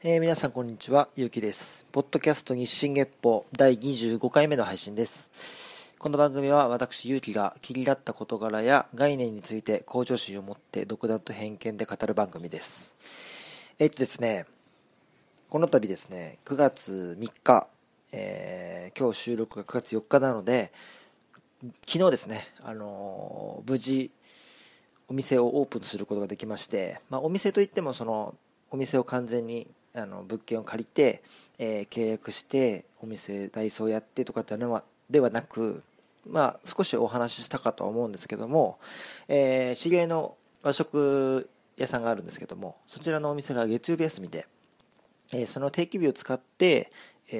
皆さんこんにちは、ゆうきです。ポッドキャスト日進月歩第25回目の配信です。この番組は私ゆうきが気になった事柄や概念について向上心を持って独断と偏見で語る番組です。ですね、この度ですね、9月3日、今日収録が9月4日なので、昨日ですね、無事お店をオープンすることができまして、お店といってもそのお店を完全に物件を借りて、契約してお店代走やってとかではなく、少しお話ししたかとは思うんですけども、知り合いの和食屋さんがあるんですけども、そちらのお店が月曜日休みで、その定休日を使って、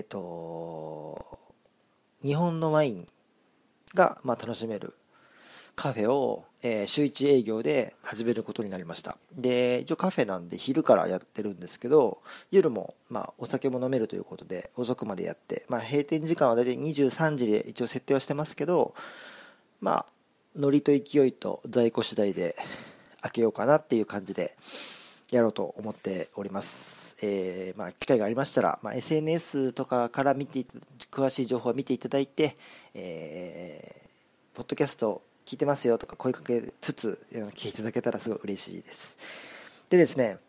日本のワインが楽しめるカフェを、週1営業で始めることになりました。で、一応カフェなんで昼からやってるんですけど、夜もお酒も飲めるということで遅くまでやって、閉店時間は大体23時で一応設定はしてますけど、ノリと勢いと在庫次第で開けようかなっていう感じでやろうと思っております。機会がありましたら、SNS とかから詳しい情報を見ていただいて、ポッドキャスト聞いてますよとか声かけつつ聞いていただけたらすごい嬉しいです。でですね、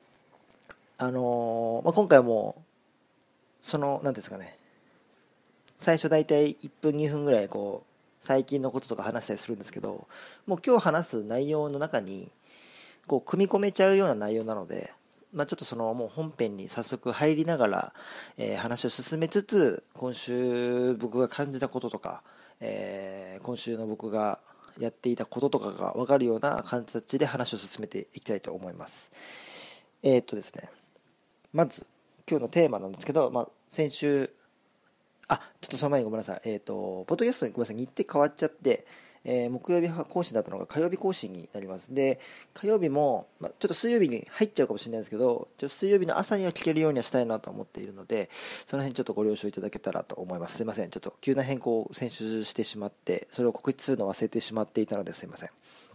今回はもう何ていうんですかね、最初だいたい1分2分ぐらい最近のこととか話したりするんですけど、もう今日話す内容の中に組み込めちゃうような内容なので、ちょっともう本編に早速入りながら、話を進めつつ、今週僕が感じたこととか、今週の僕がやっていたこととかが分かるような形で話を進めていきたいと思います。ですね、まず今日のテーマなんですけど、先週ちょっとその前にごめんなさい、ポッドキャストにごめんなさい、日程変わっちゃって、木曜日更新だったのが火曜日更新になります。で、火曜日も、ちょっと水曜日に入っちゃうかもしれないですけど、水曜日の朝には聞けるようにはしたいなと思っているので、その辺ちょっとご了承いただけたらと思います。すいません、ちょっと急な変更を先週してしまって、それを告知するのを忘れてしまっていたのですいません。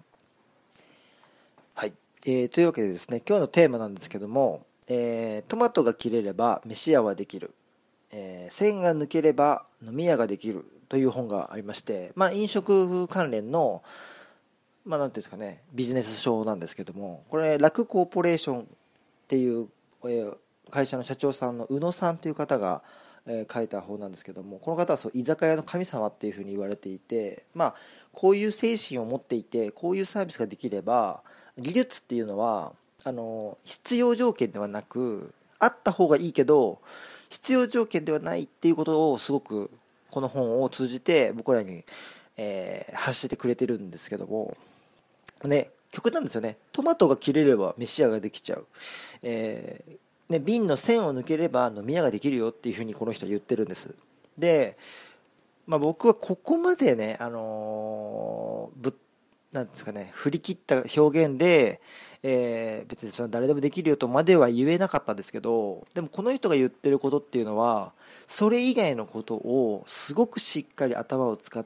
はい、というわけでですね、今日のテーマなんですけども、トマトが切れれば飯屋はできる、線が抜ければ飲み屋ができるという本がありまして、飲食関連の、なんていうんですかね、ビジネス書なんですけども、これラクコーポレーションっていう、会社の社長さんの宇野さんという方が、書いた本なんですけども、この方は居酒屋の神様っていうふうに言われていて、こういう精神を持っていて、こういうサービスができれば、技術っていうのは必要条件ではなく、あった方がいいけど必要条件ではないっていうことをすごくこの本を通じて僕らに、発してくれてるんですけどもね、極端ですよね。トマトが切れれば飯屋ができちゃう、瓶の線を抜ければ飲み屋ができるよっていうふうにこの人は言ってるんです。で、僕はここまでね、なんですかね、振り切った表現で、別にその誰でもできるよとまでは言えなかったんですけど、でもこの人が言ってることっていうのはそれ以外のことをすごくしっかり頭を使って、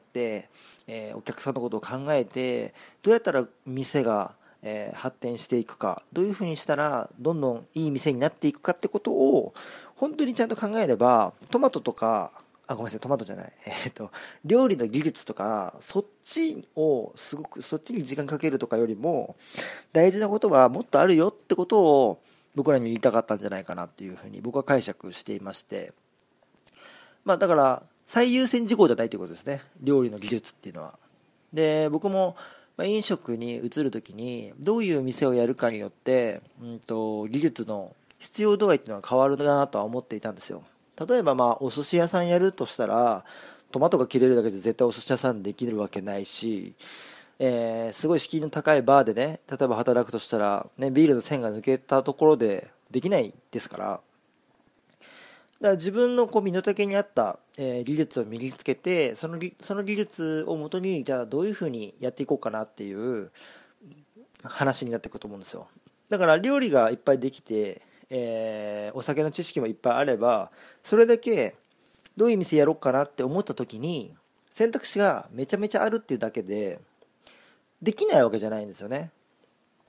お客さんのことを考えて、どうやったら店が、発展していくか、どういうふうにしたらどんどんいい店になっていくかってことを本当にちゃんと考えれば、トマトとかごめんなさい、トマトじゃない。料理の技術とか、そっちに時間かけるとかよりも、大事なことはもっとあるよってことを僕らに言いたかったんじゃないかなっていうふうに僕は解釈していまして。だから、最優先事項じゃないということですね。料理の技術っていうのは。で、僕も、飲食に移るときに、どういう店をやるかによって、技術の必要度合いっていうのは変わるなとは思っていたんですよ。例えばお寿司屋さんやるとしたら、トマトが切れるだけで絶対お寿司屋さんできるわけないし、すごい敷居の高いバーでね、例えば働くとしたら、ビールの線が抜けたところでできないですから、だから自分の身の丈に合った、技術を身につけて、その技術をもとにじゃあどういうふうにやっていこうかなっていう話になっていくと思うんですよ。だから料理がいっぱいできて、お酒の知識もいっぱいあれば、それだけどういう店やろうかなって思った時に選択肢がめちゃめちゃあるっていうだけでできないわけじゃないんですよね。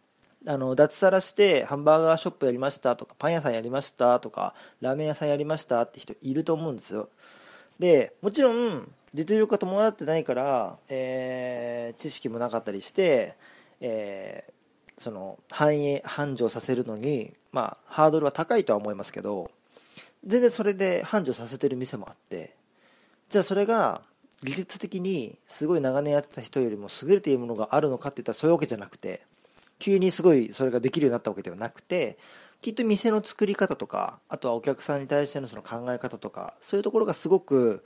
脱サラしてハンバーガーショップやりましたとか、パン屋さんやりましたとか、ラーメン屋さんやりましたって人いると思うんですよ。でもちろん実力が伴ってないから、知識もなかったりして、その繁盛させるのに、ハードルは高いとは思いますけど、全然それで繁盛させてる店もあって、じゃあそれが技術的にすごい長年やってた人よりも優れているものがあるのかって言ったらそういうわけじゃなくて、急にすごいそれができるようになったわけではなくて、きっと店の作り方とか、あとはお客さんに対してのその考え方とか、そういうところがすごく、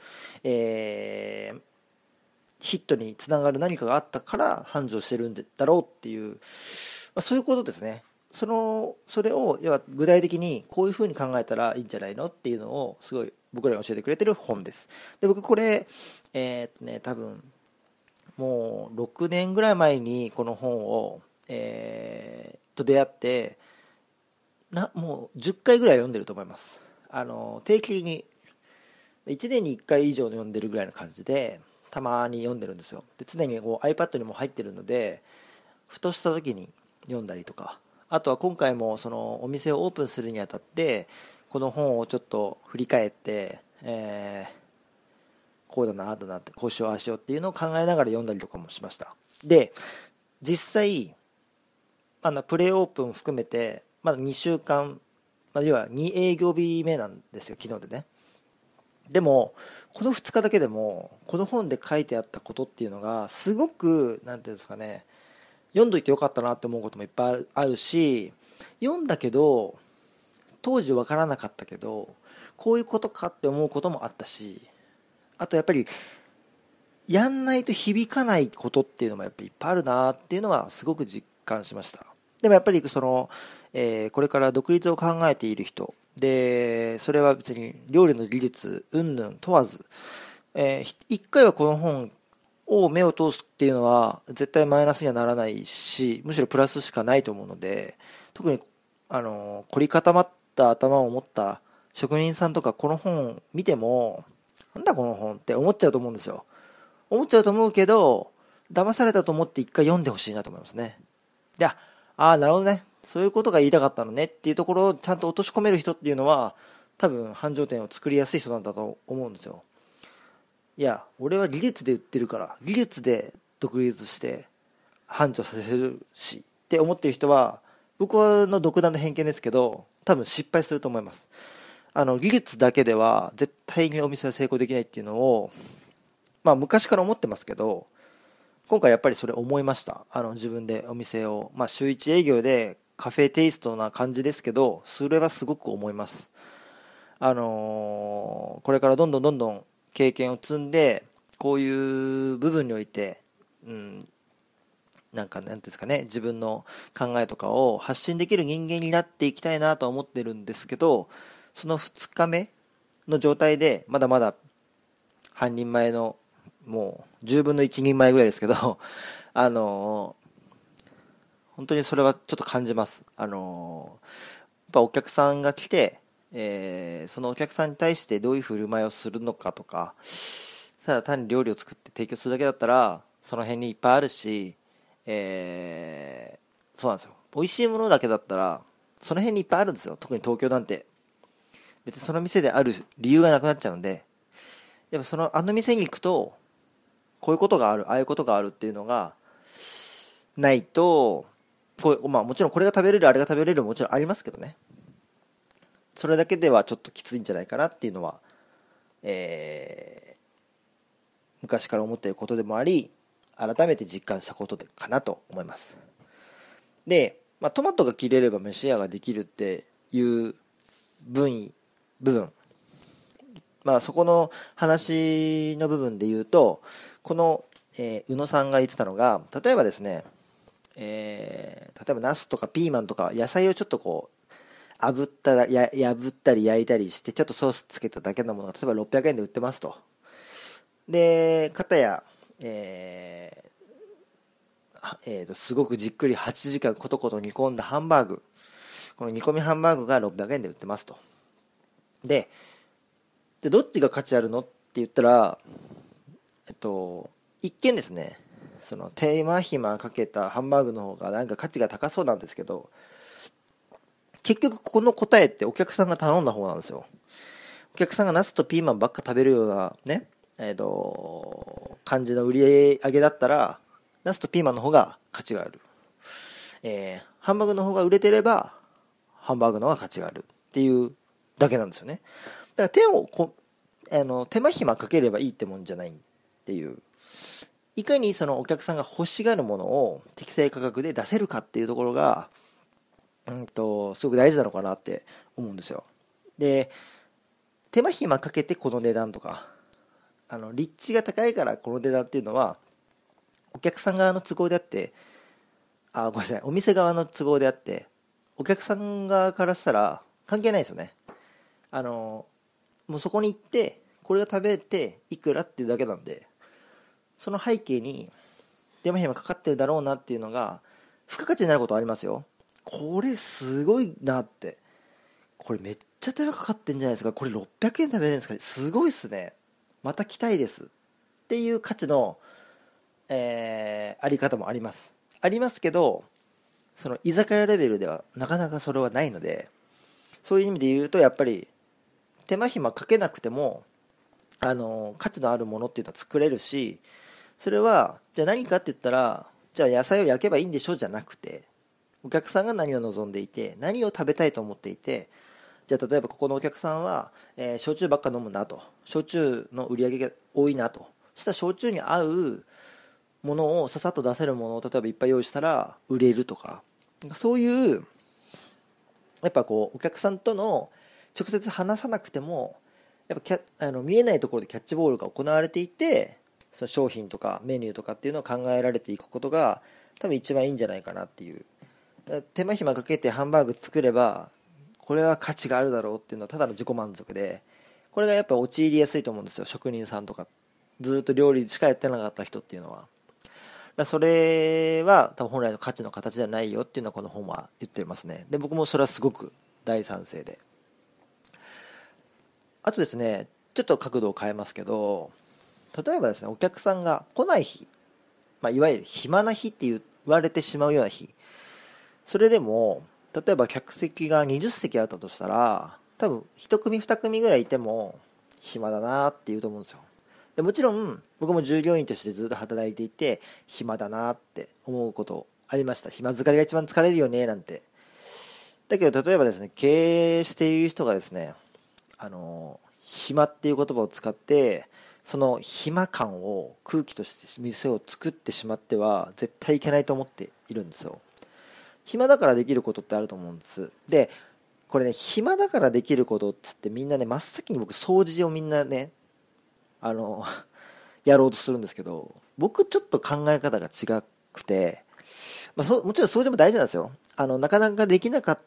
ヒットにつながる何かがあったから繁盛してるんだろうっていう、そういうことですね。それを要は具体的にこういうふうに考えたらいいんじゃないのっていうのをすごい僕らに教えてくれてる本です。で僕これ多分もう6年ぐらい前にこの本を、と出会ってもう10回ぐらい読んでると思います。定期的に1年に1回以上読んでるぐらいの感じでたまに読んでるんですよ。で常にこう iPad にも入ってるので、ふとした時に読んだりとか、あとは今回もそのお店をオープンするにあたってこの本をちょっと振り返って、こうだなああだなって、こうしようああしようっていうのを考えながら読んだりとかもしました。で実際プレオープン含めてまだ2週間、要は2営業日目なんですよ、昨日でね。でもこの2日だけでもこの本で書いてあったことっていうのがすごくなんていうんですかね、読んどいてよかったなって思うこともいっぱいあるし、読んだけど当時分からなかったけどこういうことかって思うこともあったし、あとやっぱりやんないと響かないことっていうのもやっぱりいっぱいあるなっていうのはすごく実感しました。でもやっぱりこれから独立を考えている人で、それは別に料理の技術云々問わず、一回はこの本を目を通すっていうのは絶対マイナスにはならないし、むしろプラスしかないと思うので、特に凝り固まった頭を持った職人さんとかこの本見てもなんだこの本って思っちゃうと思うんですよ。思っちゃうと思うけど、騙されたと思って一回読んでほしいなと思いますね。で、なるほどね、そういうことが言いたかったのねっていうところをちゃんと落とし込める人っていうのは多分繁盛店を作りやすい人なんだと思うんですよ。いや俺は技術で売ってるから、技術で独立して繁盛させるしって思ってる人は、僕の独断の偏見ですけど多分失敗すると思います。技術だけでは絶対にお店は成功できないっていうのを昔から思ってますけど、今回やっぱりそれ思いました。自分でお店を、週1営業でカフェテイストな感じですけど、それはすごく思います。これからどんどん経験を積んで、こういう部分において、なんていうんですかね、自分の考えとかを発信できる人間になっていきたいなとは思ってるんですけど、その2日目の状態でまだまだ半人前のもう10分の1人前ぐらいですけど本当にそれはちょっと感じます。やっぱお客さんが来て、そのお客さんに対してどういう振る舞いをするのかとか、ただ単に料理を作って提供するだけだったらその辺にいっぱいあるし、そうなんですよ、美味しいものだけだったらその辺にいっぱいあるんですよ。特に東京なんて別にその店である理由がなくなっちゃうんで、やっぱあの店に行くとこういうことがある、ああいうことがあるっていうのがないと、もちろんこれが食べれるあれが食べれるもちろんありますけどね、それだけではちょっときついんじゃないかなっていうのは、昔から思っていることでもあり、改めて実感したことかなと思います。で、トマトが切れれば飯屋ができるっていう部分、そこの話の部分で言うと、この、宇野さんが言ってたのが、例えばですね、例えばナスとかピーマンとか野菜をちょっとこう破ったり焼いたりしてちょっとソースつけただけのものが例えば600円で売ってますと。で片や、すごくじっくり8時間コトコト煮込んだハンバーグ、この煮込みハンバーグが600円で売ってますと。でどっちが価値あるのって言ったら、一見ですねその手間暇かけたハンバーグの方がなんか価値が高そうなんですけど、結局この答えってお客さんが頼んだ方なんですよ。お客さんがナスとピーマンばっか食べるようなね、感じの売り上げだったら、ナスとピーマンの方が価値がある。ハンバーグの方が売れてれば、ハンバーグの方が価値があるっていうだけなんですよね。だから手間暇かければいいってもんじゃないっていう。いかにそのお客さんが欲しがるものを適正価格で出せるかっていうところが、すごく大事なのかなって思うんですよ。で、手間暇かけてこの値段とか、立地が高いからこの値段っていうのは、お客さん側の都合であって、ごめんなさい、お店側の都合であって、お客さん側からしたら関係ないですよね。もうそこに行って、これを食べていくらっていうだけなんで、その背景に手間暇かかってるだろうなっていうのが、付加価値になることはありますよ。これすごいなって。これめっちゃ手間かかってんじゃないですか。これ600円食べれるんですか。すごいっすね。また来たいですっていう価値の、あり方もありますけど、その居酒屋レベルではなかなかそれはないので、そういう意味で言うとやっぱり手間暇かけなくても価値のあるものっていうのは作れるし、それはじゃあ何かって言ったら、じゃあ野菜を焼けばいいんでしょじゃなくて、お客さんが何を望んでいて、何を食べたいと思っていて、じゃあ例えばここのお客さんは、焼酎ばっか飲むなと、焼酎の売り上げが多いなと、そしたら焼酎に合うものをささっと出せるものを例えばいっぱい用意したら売れるとか、そういうやっぱこうお客さんとの直接話さなくても、やっぱ見えないところでキャッチボールが行われていて、その商品とかメニューとかっていうのを考えられていくことが多分一番いいんじゃないかなっていう。手間暇かけてハンバーグ作ればこれは価値があるだろうっていうのはただの自己満足で、これがやっぱ陥りやすいと思うんですよ。職人さんとかずっと料理しかやってなかった人っていうのは。それは多分本来の価値の形ではないよっていうのはこの本は言ってますね。で、僕もそれはすごく大賛成で、あとですね、ちょっと角度を変えますけど、例えばですね、お客さんが来ない日、いわゆる暇な日って言われてしまうような日、それでも例えば客席が20席あったとしたら、多分1組2組ぐらいいても暇だなって言うと思うんですよ。でもちろん僕も従業員としてずっと働いていて暇だなって思うことありました。暇疲れが一番疲れるよねなんて。だけど例えばですね、経営している人がですね、暇っていう言葉を使ってその暇感を空気として店を作ってしまっては絶対いけないと思っているんですよ。暇だからできることってあると思うんです。で、これね、暇だからできることっつってみんなね、真っ先に僕掃除をみんなね、やろうとするんですけど、僕ちょっと考え方が違くて、もちろん掃除も大事なんですよ。なかなかできなかった、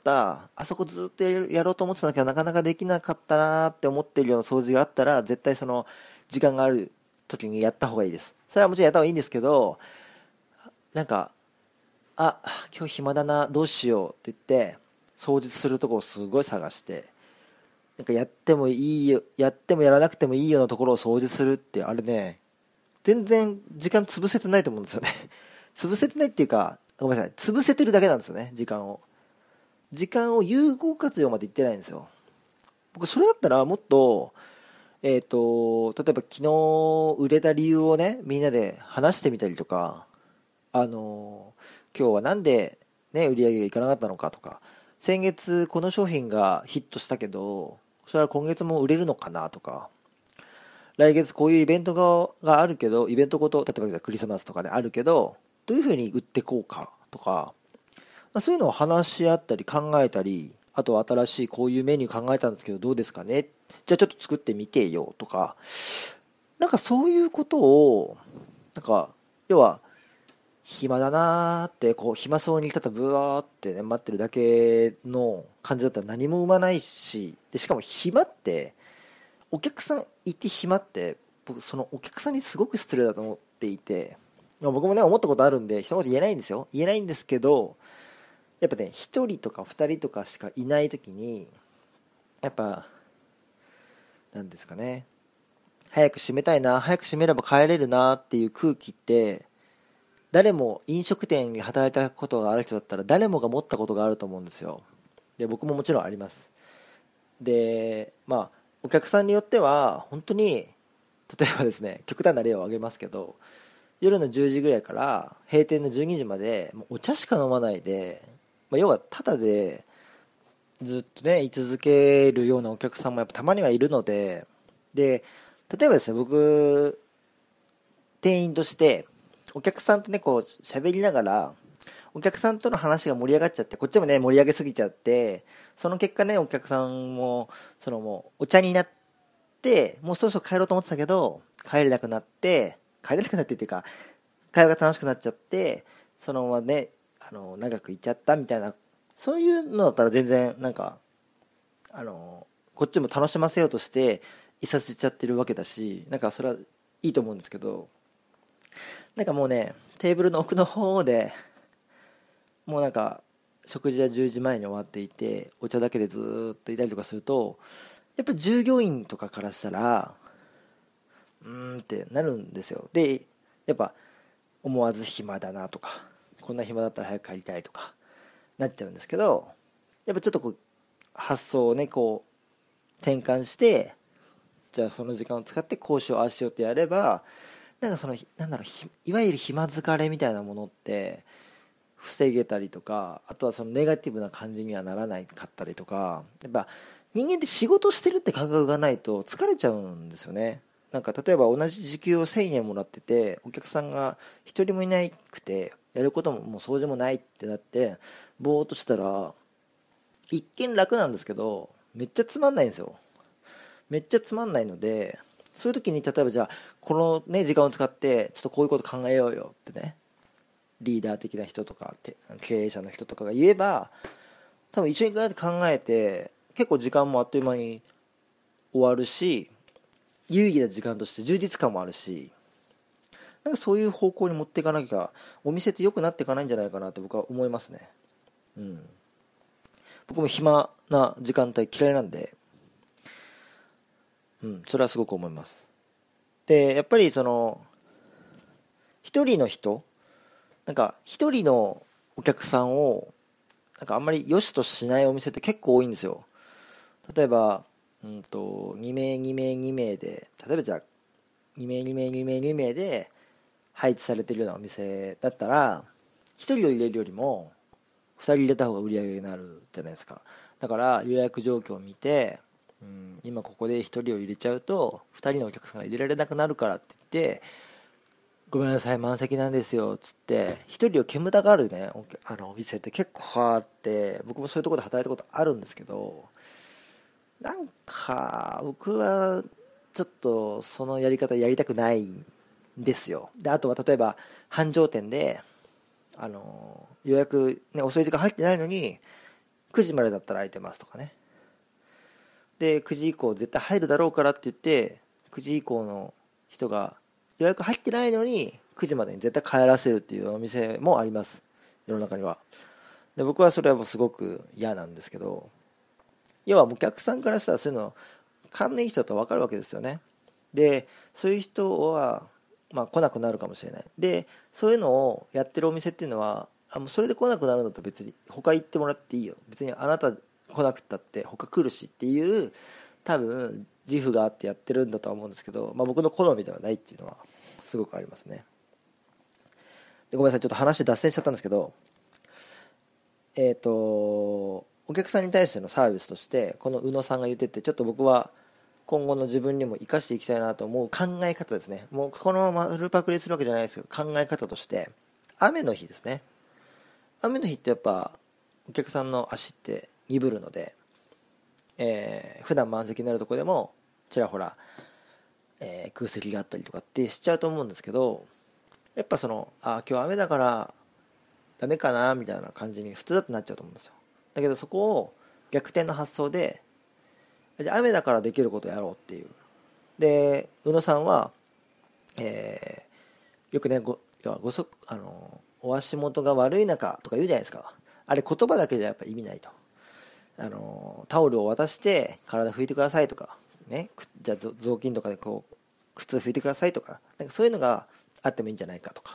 あそこずっとやろうと思ってたんだけどなかなかできなかったなって思ってるような掃除があったら、絶対その時間がある時にやった方がいいです。それはもちろんやった方がいいんですけど、なんか今日暇だな、どうしようって言って掃除するところをすごい探して、なんかやってもいいよ、やってもやらなくてもいいようなところを掃除するって、あれね、全然時間潰せてないと思うんですよね。潰せてないっていうか、ごめんなさい、潰せてるだけなんですよね。時間を有効活用までいってないんですよ。僕それだったらもっと例えば昨日売れた理由をね、みんなで話してみたりとか、今日はなんでね売り上げがいかなかったのかとか、先月この商品がヒットしたけどそれは今月も売れるのかなとか、来月こういうイベントがあるけど、イベントごと例えばクリスマスとかであるけどどういうふうに売ってこうかとか、そういうのを話し合ったり考えたり、あとは新しいこういうメニュー考えたんですけどどうですかね、じゃあちょっと作ってみてよとか、なんかそういうことを、なんか要は暇だなーってこう暇そうにただブワーってね待ってるだけの感じだったら何も生まないし、でしかも暇ってお客さんいて暇って僕そのお客さんにすごく失礼だと思っていて、僕もね思ったことあるんで一言言えないんですよ、言えないんですけど、やっぱね1人とか2人とかしかいない時にやっぱなんですかね、早く閉めたいな、早く閉めれば帰れるなっていう空気って誰も飲食店に働いたことがある人だったら誰もが持ったことがあると思うんですよ。で僕ももちろんあります。でお客さんによっては本当に、例えばですね、極端な例を挙げますけど、夜の10時ぐらいから閉店の12時までもうお茶しか飲まないで、要はタダでずっとね居続けるようなお客さんもやっぱたまにはいるので、で例えばですね、僕店員としてお客さんとねこう喋りながら、お客さんとの話が盛り上がっちゃって、こっちもね盛り上げすぎちゃって、その結果ねお客さんももうお茶になって、もうそろそろ帰ろうと思ってたけど帰れなくなってっていうか、会話が楽しくなっちゃって、そのままね長くいっちゃったみたいな、そういうのだったら全然なんかこっちも楽しませようとしていさせちゃってるわけだし、なんかそれはいいと思うんですけど、なんかもうねテーブルの奥の方でもうなんか食事は10時前に終わっていて、お茶だけでずーっといたりとかすると、やっぱり従業員とかからしたらってなるんですよ。でやっぱ思わず暇だなとか、こんな暇だったら早く帰りたいとかなっちゃうんですけど、やっぱちょっとこう発想をねこう転換して、じゃあその時間を使ってこうしようああしようってやれば、なんかなんだろう、いわゆる暇疲れみたいなものって防げたりとか、あとはそのネガティブな感じにはならないかったりとか、やっぱ人間って仕事してるって感覚がないと疲れちゃうんですよね。なんか例えば同じ時給を1000円もらってて、お客さんが一人もいなくて、やることももう掃除もないってなってぼーっとしたら、一見楽なんですけどめっちゃつまんないんですよ。めっちゃつまんないので、そういう時に例えばじゃあこのね時間を使ってちょっとこういうこと考えようよってね、リーダー的な人とか経営者の人とかが言えば、多分一緒に考えて結構時間もあっという間に終わるし、有意義な時間として充実感もあるし、なんかそういう方向に持っていかなきゃお店って良くなっていかないんじゃないかなって僕は思いますね。僕も暇な時間帯嫌いなんで、それはすごく思います。でやっぱり一人の人、なんか一人のお客さんをなんかあんまり良しとしないお店って結構多いんですよ。例えば2名2名2名で、例えばじゃあ2名2名2名2名で配置されてるようなお店だったら、1人を入れるよりも2人入れた方が売り上げになるじゃないですか。だから予約状況を見て、今ここで1人を入れちゃうと2人のお客さんが入れられなくなるからって言って、ごめんなさい満席なんですよっつって1人を煙たがるねお店って結構あって、僕もそういうところで働いたことあるんですけど、なんか僕はちょっとそのやり方やりたくないんですよ。であとは例えば繁盛店で予約、ね、遅い時間入ってないのに9時までだったら空いてますとかね、で9時以降絶対入るだろうからって言って9時以降の人が予約入ってないのに9時までに絶対帰らせるっていうお店もあります、世の中には。で僕はそれはもうすごく嫌なんですけど、要はお客さんからしたらそういうの勘のいい人だと分かるわけですよね。でそういう人は、来なくなるかもしれない。でそういうのをやってるお店っていうのは、もうそれで来なくなるんだと別に他行ってもらっていいよ、別にあなた来なくったって他来るしっていう多分自負があってやってるんだとは思うんですけど、僕の好みではないっていうのはすごくありますね。でごめんなさい、ちょっと話脱線しちゃったんですけど、お客さんに対してのサービスとしてこの宇野さんが言ってて、ちょっと僕は今後の自分にも生かしていきたいなと思う考え方ですね。もうこのまま丸パクリするわけじゃないですけど、考え方として雨の日ですね。雨の日ってやっぱお客さんの足って鈍るので、普段満席になるところでもちらほら、空席があったりとかってしちゃうと思うんですけど、やっぱ今日雨だからダメかなみたいな感じに普通だとなっちゃうと思うんですよ。だけどそこを逆転の発想で、雨だからできることをやろうっていう。で宇野さんは、よくねお足元が悪い中とか言うじゃないですか。あれ言葉だけじゃやっぱ意味ないと。タオルを渡して体拭いてくださいとかね、じゃあ雑巾とかでこう靴拭いてくださいとか、なんかそういうのがあってもいいんじゃないかとか、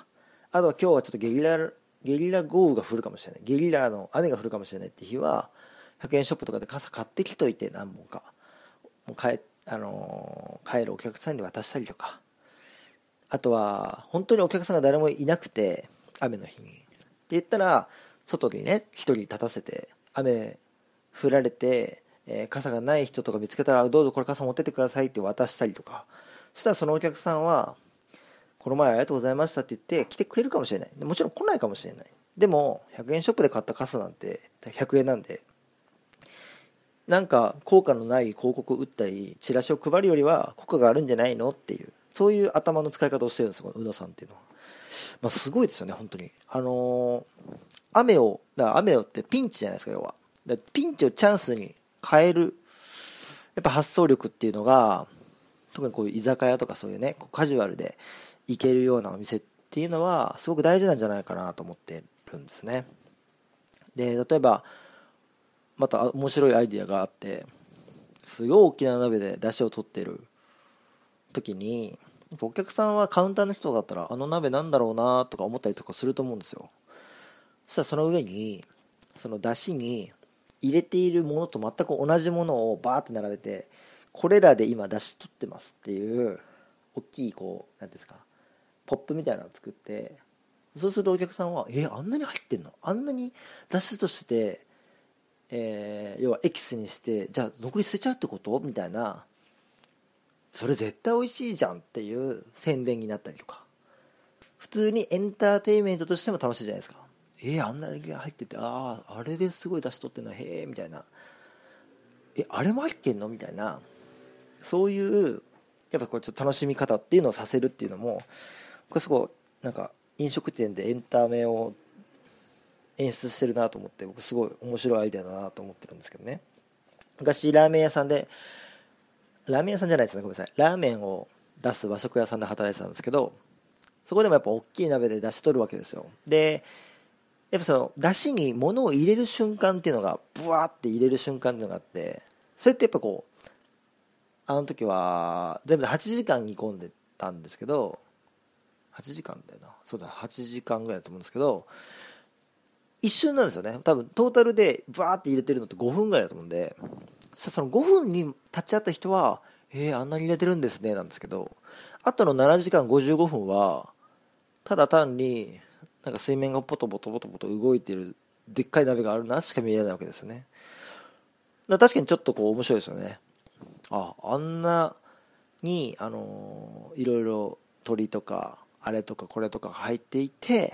あとは今日はちょっとゲリラ豪雨が降るかもしれない、ゲリラの雨が降るかもしれないって日は100円ショップとかで傘買ってきといて何本かもう帰るお客さんに渡したりとか、あとは本当にお客さんが誰もいなくて雨の日にって言ったら外にね一人立たせて、雨降られて、傘がない人とか見つけたらどうぞこれ傘持ってってくださいって渡したりとか、そしたらそのお客さんはこの前ありがとうございましたって言って来てくれるかもしれない。もちろん来ないかもしれない。でも100円ショップで買った傘なんて100円なんで、なんか効果のない広告を打ったりチラシを配るよりは効果があるんじゃないのっていう、そういう頭の使い方をしてるんですよ、宇野さんっていうのは。すごいですよね本当に。雨をってピンチじゃないですか、要は。だからピンチをチャンスに変えるやっぱ発想力っていうのが、特にこういう居酒屋とかそういうねカジュアルで行けるようなお店っていうのはすごく大事なんじゃないかなと思ってるんですね。で例えばまた面白いアイディアがあって、すごい大きな鍋で出汁を取ってる時にお客さんはカウンターの人だったらあの鍋なんだろうなとか思ったりとかすると思うんですよ。そしたらその上にその出汁に入れているものと全く同じものをバーって並べて、これらで今出汁取ってますっていう大きいこうなんですかポップみたいなのを作って、そうするとお客さんはあんなに入ってんの、あんなに出汁として、要はエキスにしてじゃあ残り捨てちゃうってことみたいな、それ絶対美味しいじゃんっていう宣伝になったりとか、普通にエンターテインメントとしても楽しいじゃないですか。あんなに入っててあれですごい出汁取ってんのへえみたいな、あれも入ってんのみたいな、そういうやっぱこうちょっと楽しみ方っていうのをさせるっていうのも、僕はすごいなんか飲食店でエンタメを演出してるなと思って、僕すごい面白いアイデアだなと思ってるんですけどね。昔ラーメン屋さんじゃないですね、ごめんなさい、ラーメンを出す和食屋さんで働いてたんですけど、そこでもやっぱ大きい鍋で出汁取るわけですよ。でやっぱその出汁に物を入れる瞬間っていうのがブワーって入れる瞬間っていうのがあって、それってやっぱこうあの時は全部で8時間煮込んでたんですけど、8時間だよな、そうだ8時間ぐらいだと思うんですけど、一瞬なんですよね。多分トータルでブワーって入れてるのって5分ぐらいだと思うんで、その5分に立ち会った人はあんなに入れてるんですねなんですけど、あとの7時間55分はただ単になんか水面がポトポトポトポト動いてるでっかい鍋があるなしか見えないわけですよね。確かにちょっとこう面白いですよね。あんなにいろいろ鶏とかあれとかこれとか入っていて、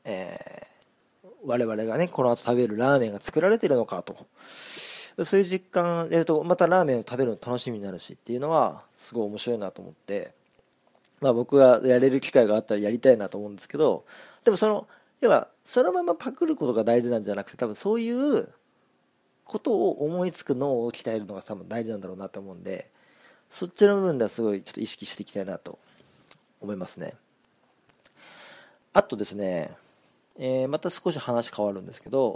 我々がねこの後食べるラーメンが作られているのかと、そういう実感やるとまたラーメンを食べるの楽しみになるしっていうのはすごい面白いなと思って、僕がやれる機会があったらやりたいなと思うんですけど、でも要はそのままパクることが大事なんじゃなくて、多分そういうことを思いつく脳を鍛えるのが多分大事なんだろうなと思うんで、そっちの部分ではすごいちょっと意識していきたいなと思いますね。あとですね、また少し話変わるんですけど、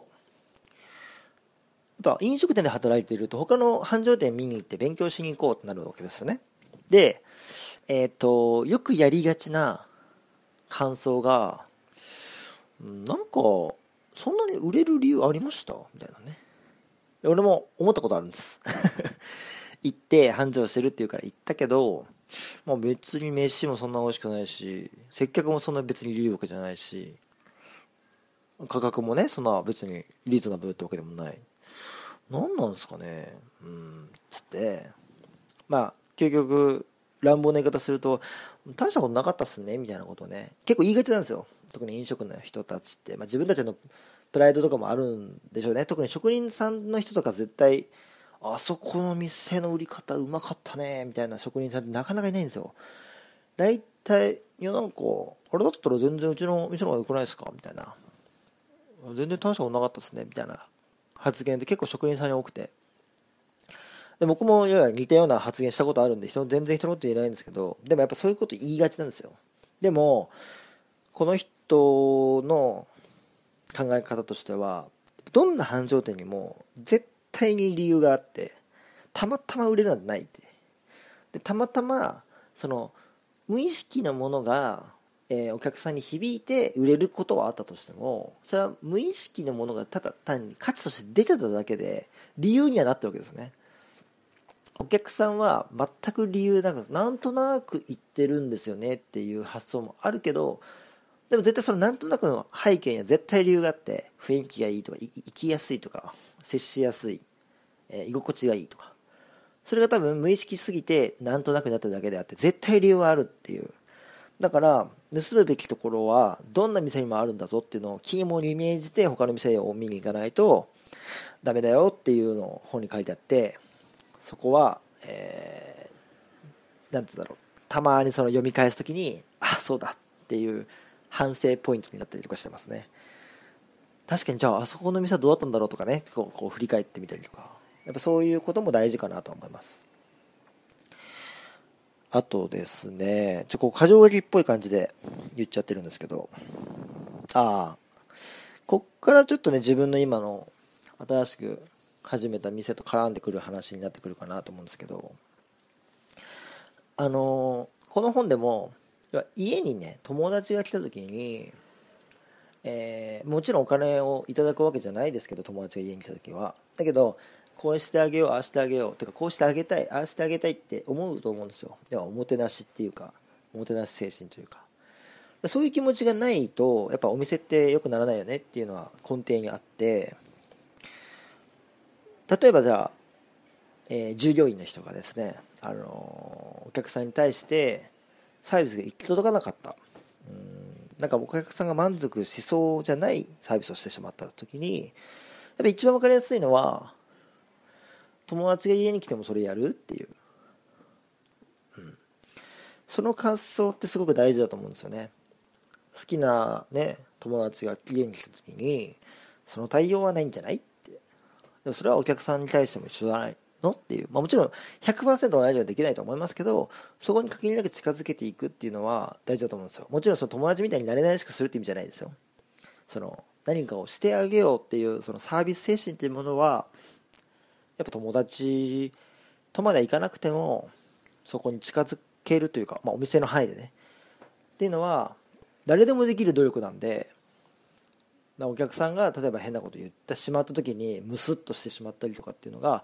やっぱ飲食店で働いていると他の繁盛店見に行って勉強しに行こうとなるわけですよね。で、よくやりがちな感想が、なんかそんなに売れる理由ありましたみたいなね。俺も思ったことあるんです行って繁盛してるっていうから行ったけど、別に飯もそんな美味しくないし、接客もそんな別にいいわけじゃないし、価格もねそんな別にリーズナブルってわけでもない。何なんですかねつって、究極乱暴な言い方すると大したことなかったっすねみたいなことをね結構言いがちなんですよ。特に飲食の人たちって、自分たちのプライドとかもあるんでしょうね。特に職人さんの人とか絶対あそこの店の売り方うまかったねみたいな職人さんってなかなかいないんですよ。大体なんかあれだったら全然うちの店の方が良くないですかみたいな、全然大したことなかったですねみたいな発言って結構職人さんに多くて、で僕も似たような発言したことあるんで全然人のこと言えないんですけど、でもやっぱそういうこと言いがちなんですよ。でもこの人の考え方としてはどんな繁盛店にも絶対に理由があって、たまたま売れるなんてないって。でたまたまその無意識のものがお客さんに響いて売れることはあったとしても、それは無意識のものがただ単に価値として出てただけで理由にはなってるわけですよね。お客さんは全く理由なくなんとなく言ってるんですよねっていう発想もあるけど、でも絶対そのなんとなくの背景には絶対理由があって、雰囲気がいいとか生きやすいとか接しやすい、居心地がいいとか、それが多分無意識すぎてなんとなくなってるだけであって絶対理由はあるっていう。だから盗むべきところはどんな店にもあるんだぞっていうのを肝に銘じて他の店を見に行かないとダメだよっていうのを本に書いてあって、そこは、なんて言うんだろう、たまにその読み返すときにそうだっていう反省ポイントになったりとかしてますね。確かにじゃああそこの店はどうだったんだろうとかね、こう振り返ってみたりとか、やっぱそういうことも大事かなと思います。あとですね、こう過剰書きっぽい感じで言っちゃってるんですけど、こっからちょっとね自分の今の新しく始めた店と絡んでくる話になってくるかなと思うんですけど、この本でも家にね友達が来た時に、もちろんお金をいただくわけじゃないですけど、友達が家に来た時はだけどこうしてあげようああしてあげようとか、こうしてあげたいああしてあげたいって思うと思うんですよ。ではおもてなしっていうか、おもてなし精神というか、そういう気持ちがないとやっぱお店って良くならないよねっていうのは根底にあって、例えばじゃあ、従業員の人がですね、お客さんに対してサービスが行き届かなかった、なんかお客さんが満足しそうじゃないサービスをしてしまった時に、やっぱ一番分かりやすいのは友達が家に来てもそれやるっていう、その発想ってすごく大事だと思うんですよね。好きなね友達が家に来た時にその対応はないんじゃないって、でもそれはお客さんに対しても一緒じゃないのっていう、もちろん 100% 同じにはできないと思いますけど、そこに限りなく近づけていくっていうのは大事だと思うんですよ。もちろんその友達みたいになれないしくするって意味じゃないですよ。その何かをしてあげようっていうそのサービス精神っていうものはやっぱ友達とまではいかなくてもそこに近づけるというか、お店の範囲でねっていうのは誰でもできる努力なんで、お客さんが例えば変なこと言ってしまった時にムスッとしてしまったりとかっていうのが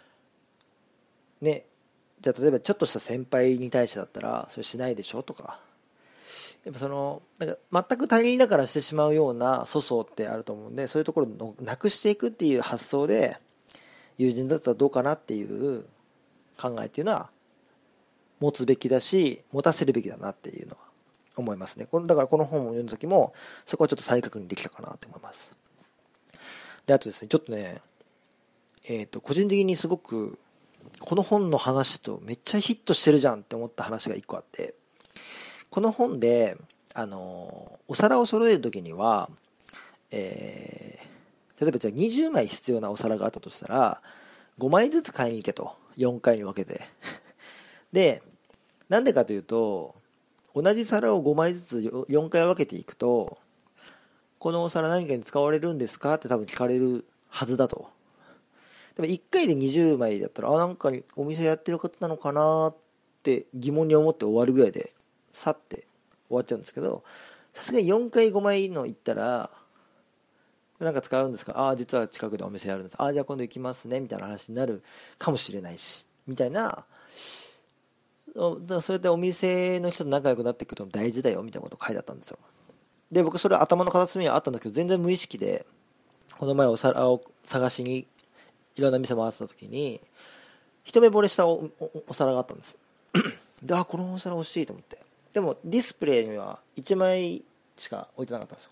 ね、じゃあ例えばちょっとした先輩に対してだったらそれしないでしょとか、やっぱそのなんか全く他人だからしてしまうような粗相ってあると思うんで、そういうところをなくしていくっていう発想で友人だったらどうかなっていう考えっていうのは持つべきだし、持たせるべきだなっていうのは思いますね。だからこの本を読んだ時もそこはちょっと再確認できたかなと思います。であとですね、ちょっとね個人的にすごくこの本の話とめっちゃヒットしてるじゃんって思った話が一個あって、この本でお皿を揃える時には、例えばじゃあ20枚必要なお皿があったとしたら5枚ずつ買いに行けと、4回に分けてでなんでかというと、同じ皿を5枚ずつ4回分けていくと、このお皿何かに使われるんですかって多分聞かれるはずだと。でも1回で20枚だったらなんかお店やってる方なのかなって疑問に思って終わるぐらいでさって終わっちゃうんですけど、さすがに4回5枚の行ったらなんか使うんですか、実は近くでお店やるんです、じゃあ今度行きますねみたいな話になるかもしれないしみたいな、それでお店の人と仲良くなっていくの大事だよみたいなこと書いてあったんですよ。で僕それ頭の片隅にはあったんだけど全然無意識で、この前お皿を探しにいろんな店回ってた時に一目惚れしたお皿があったんですでこのお皿欲しいと思って、でもディスプレイには1枚しか置いてなかったんです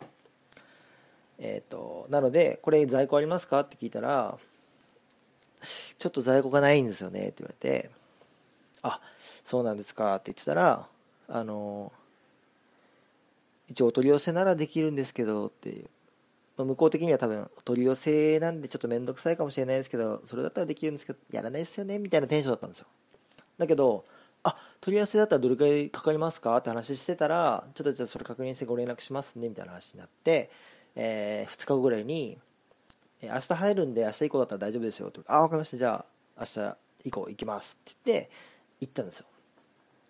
よ。なのでこれ在庫ありますかって聞いたら、ちょっと在庫がないんですよねって言われて、そうなんですかって言ってたら、一応お取り寄せならできるんですけどっていう、向こう的には多分お取り寄せなんでちょっと面倒くさいかもしれないですけど、それだったらできるんですけどやらないですよねみたいなテンションだったんですよ。だけど取り寄せだったらどれくらいかかりますかって話してたら、ちょっとじゃあそれ確認してご連絡しますねみたいな話になって、2日後ぐらいに明日入るんで明日以降だったら大丈夫ですよって、分かりました、じゃあ明日以降行きますって言って行ったんですよ。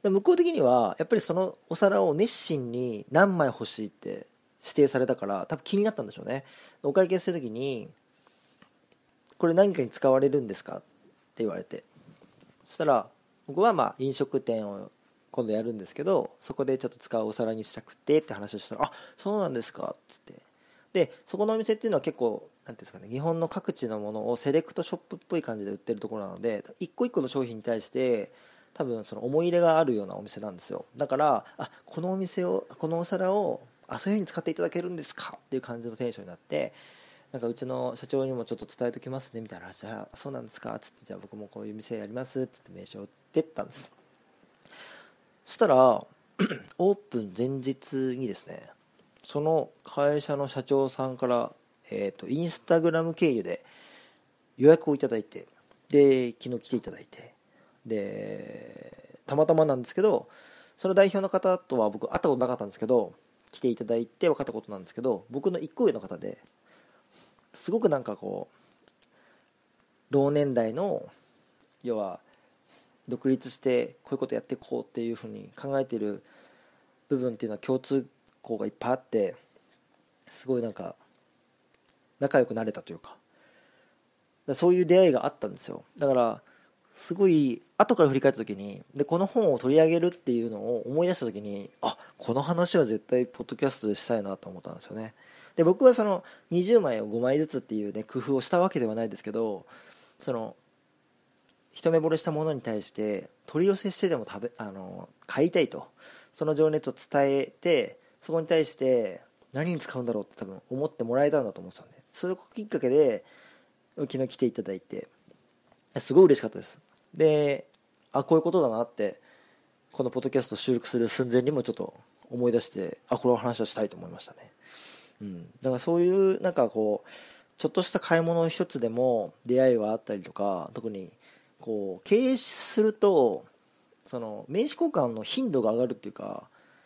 で向こう的にはやっぱりそのお皿を熱心に何枚欲しいって指定されたから多分気になったんでしょうね。お会計するときにこれ何かに使われるんですかって言われて、そしたら僕はまあ飲食店を今度やるんですけど、そこでちょっと使うお皿にしたくてって話をしたら、あ、そうなんですかっつって、でそこのお店っていうのは結構なんていうんですかね、日本の各地のものをセレクトショップっぽい感じで売ってるところなので、一個一個の商品に対して多分その思い入れがあるようなお店なんですよ。だから、あ、このお店を、このお皿を、あ、そういう風に使っていただけるんですかっていう感じのテンションになって、なんかうちの社長にもちょっと伝えときますねみたいな話。じゃあそうなんですかっつって、じゃあ僕もこういう店やりますっつって名刺を売ってったんです。そしたらオープン前日にですね、その会社の社長さんから、インスタグラム経由で予約をいただいて、で昨日来ていただいて、でたまたまなんですけど、その代表の方とは僕会ったことなかったんですけど、来ていただいて分かったことなんですけど、僕の1個上の方で、すごくなんかこう同年代の、要は独立してこういうことやっていこうっていうふうに考えている部分っていうのは共通項がいっぱいあって、すごいなんか仲良くなれたというか、そういう出会いがあったんですよ。だからすごい後から振り返った時に、でこの本を取り上げるっていうのを思い出した時に、あ、この話は絶対ポッドキャストでしたいなと思ったんですよね。で僕はその20枚を5枚ずつっていうね工夫をしたわけではないですけど、その一目惚れしたものに対して取り寄せしてでも買いたいと、その情熱を伝えて、そこに対して何に使うんだろうって多分思ってもらえたんだと思うんですよね。それきっかけで昨日来ていただいて、すごい嬉しかったです。で、あ、こういうことだなってこのポッドキャスト収録する寸前にもちょっと思い出して、あ、この話をしたいと思いましたね。だからそういうなんかこうちょっとした買い物一つでも出会いはあったりとか、特にこう経営するとその名刺交換の頻度が上がるっていうか、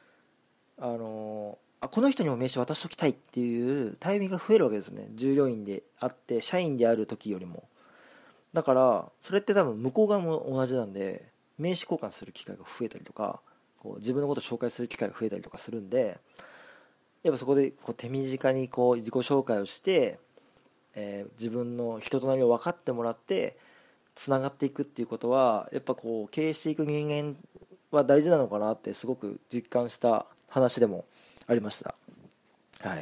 この人にも名刺渡しときたいっていうタイミングが増えるわけですね。従業員であって社員である時よりも。だからそれって多分向こう側も同じなんで、名刺交換する機会が増えたりとか、こう自分のことを紹介する機会が増えたりとかするんで、やっぱそこでこう手短にこう自己紹介をして、自分の人となりを分かってもらってつながっていくっていうことは、やっぱこう経営していく人間は大事なのかなってすごく実感した話でもありました。はい。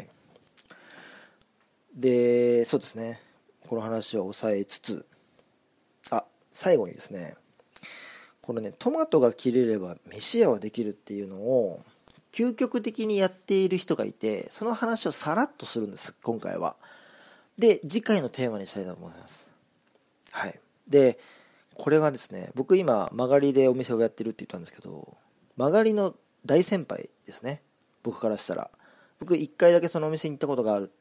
で、そうですね、この話を抑えつつ、最後にですね、これね、トマトが切れれば飯屋はできるっていうのを究極的にやっている人がいて、その話をさらっとするんです、今回は。で、次回のテーマにしたいと思います。はい。で、これがですね、僕今曲がりでお店をやってるって言ったんですけど、曲がりの大先輩ですね、僕からしたら。僕1回だけそのお店に行ったことがあるって、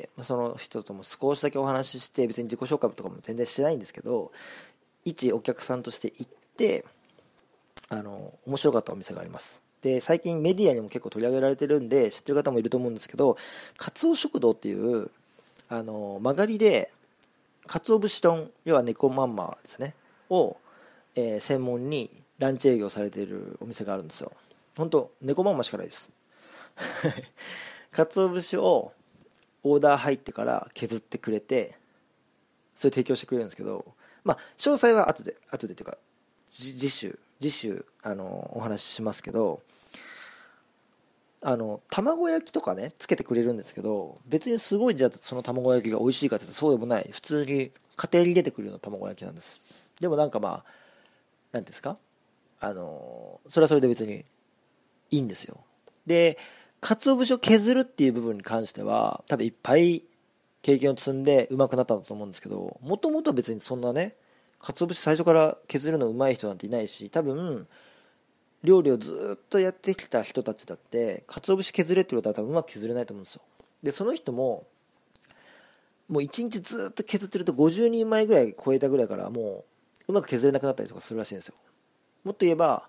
その人とも少しだけお話しして、別に自己紹介とかも全然してないんですけど、一お客さんとして行って、面白かったお店があります。で、最近メディアにも結構取り上げられてるんで知ってる方もいると思うんですけど、カツオ食堂っていう曲がりで鰹節丼、要は猫まんまですねを、専門にランチ営業されているお店があるんですよ。本当猫まんましかないです鰹節をオーダー入ってから削ってくれて、それ提供してくれるんですけど、詳細は後でというか次週お話ししますけど、卵焼きとかねつけてくれるんですけど、別にすごいじゃあその卵焼きが美味しいかというとそうでもない、普通に家庭に出てくるような卵焼きなんです。でもなんかなんですか、それはそれで別にいいんですよ。で、鰹節を削るっていう部分に関しては多分いっぱい経験を積んで上手くなったんだと思うんですけど、もともと別にそんなね、鰹節最初から削るの上手い人なんていないし、多分料理をずっとやってきた人たちだって鰹節削れって言われたら多分うまく削れないと思うんですよ。でその人ももう1日ずっと削ってると50人前ぐらい超えたぐらいからもううまく削れなくなったりとかするらしいんですよ。もっと言えば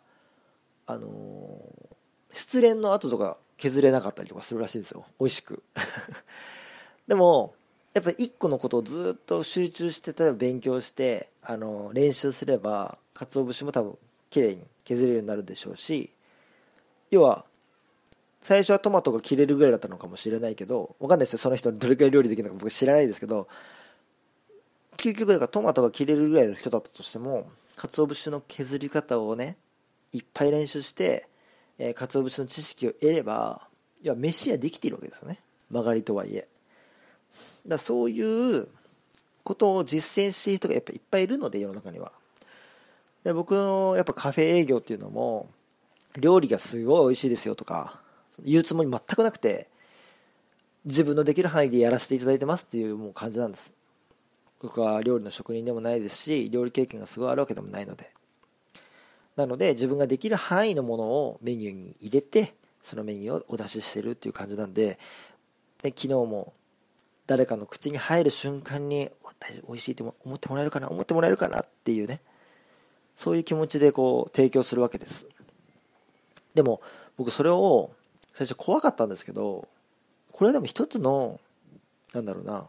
失恋の後とか削れなかったりとかするらしいんですよ、美味しくでもやっぱり一個のことをずっと集中して、例えば勉強して練習すれば鰹節も多分綺麗に削れるようになるでしょうし、要は最初はトマトが切れるぐらいだったのかもしれないけど、わかんないですよ、その人にどれくらい料理できるのか僕知らないですけど、究極だからトマトが切れるぐらいの人だったとしても、鰹節の削り方をねいっぱい練習して、鰹節の知識を得れば、いや飯はできているわけですよね、曲がりとはいえ。だそういうことを実践している人がやっぱいっぱいいるので、世の中には。で僕のやっぱカフェ営業っていうのも、料理がすごい美味しいですよとか言うつもり全くなくて、自分のできる範囲でやらせていただいてますっていうもう感じなんです。僕は料理の職人でもないですし、料理経験がすごいあるわけでもないので、なので自分ができる範囲のものをメニューに入れて、そのメニューをお出ししてるっていう感じなんで、で昨日も誰かの口に入る瞬間に美味しいって思ってもらえるかなっていうね、そういう気持ちでこう提供するわけです。でも僕それを最初怖かったんですけど、これはでも一つのなんだろうな、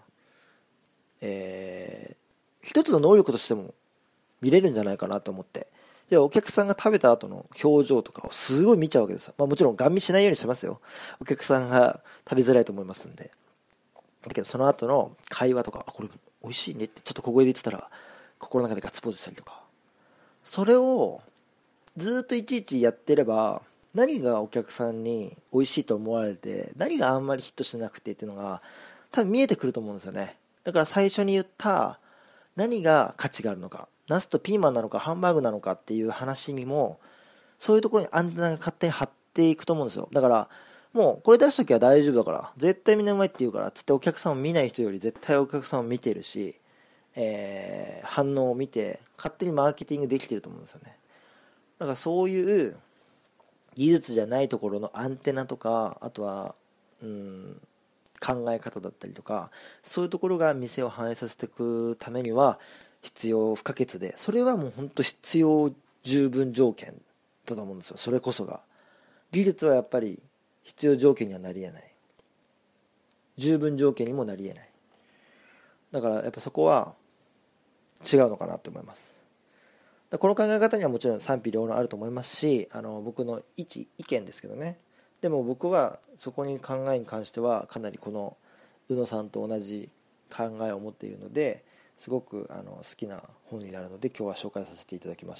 一つの能力としても見れるんじゃないかなと思って、お客さんが食べた後の表情とかをすごい見ちゃうわけですよ。もちろんガン見しないようにしますよ、お客さんが食べづらいと思いますんで。だけどその後の会話とか、これ美味しいねってちょっと小声で言ってたら心の中でガッツポーズしたりとか、それをずっといちいちやってれば、何がお客さんに美味しいと思われて、何があんまりヒットしてなくてっていうのが多分見えてくると思うんですよね。だから最初に言った何が価値があるのか、ナスとピーマンなのかハンバーグなのかっていう話にも、そういうところにアンテナが勝手に張っていくと思うんですよ。だからもうこれ出しときは大丈夫だから、絶対みんなうまいって言うからつってお客さんを見ない人より絶対お客さんを見てるし、反応を見て勝手にマーケティングできてると思うんですよね。だからそういう技術じゃないところのアンテナとか、あとは考え方だったりとか、そういうところが店を反映させていくためには必要不可欠で、それはもう本当必要十分条件だと思うんですよ。それこそが技術はやっぱり必要条件にはなり得ない、十分条件にもなり得ない。だからやっぱそこは違うのかなと思います。この考え方にはもちろん賛否両論あると思いますし、僕の意見ですけどね。でも僕はそこに考えに関してはかなりこの宇野さんと同じ考えを持っているので、すごく好きな本になるので今日は紹介させていただきました。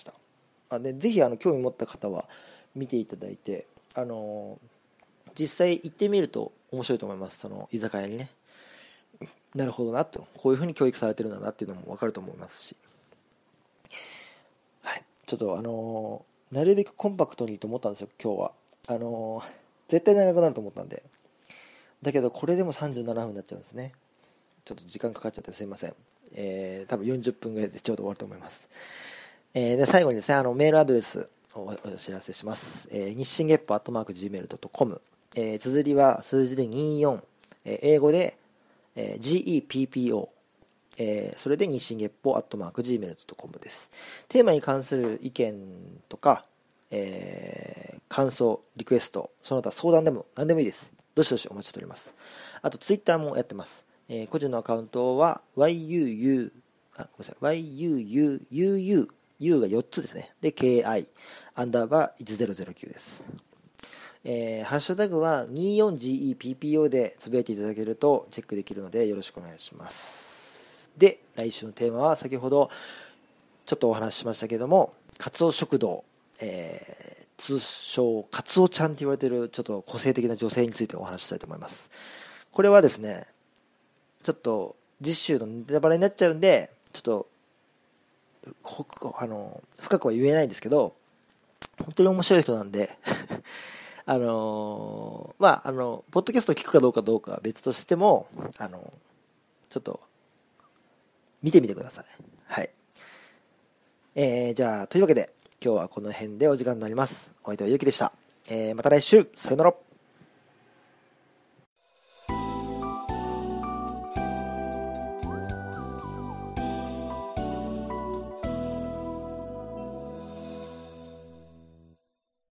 でぜひ興味持った方は見ていただいて、実際行ってみると面白いと思います。その居酒屋にね、なるほどなと、こういうふうに教育されてるんだなっていうのも分かると思いますし、はい、ちょっとなるべくコンパクトにと思ったんですよ今日は。絶対長くなると思ったんで。だけどこれでも37分になっちゃうんですね。ちょっと時間かかっちゃってすいません。多分40分ぐらいでちょうど終わると思います。で最後にですね、メールアドレスをお知らせします。日進月歩@gmail.com、綴りは数字で24、英語で、GEPPO、それで日進月歩@gmail.com です。テーマに関する意見とか、感想、リクエスト、その他相談でも何でもいいです。どしどしお待ちしております。あとツイッターもやってます。個人のアカウントは YUU が4つですね。で KI _1009 です。ハッシュタグは 24GEPPO でつぶやいていただけるとチェックできるのでよろしくお願いします。で来週のテーマは先ほどちょっとお話ししましたけれども、カツオ食堂、通称カツオちゃんと言われているちょっと個性的な女性についてお話ししたいと思います。これはですね、ちょっと次週のネタバレになっちゃうんでちょっと深くは言えないんですけど、本当に面白い人なんでポッドキャストを聞くかどうかは別としてもちょっと見てみてください。はい。じゃあというわけで今日はこの辺でお時間になります。お相手はゆうきでした。また来週、さよなら。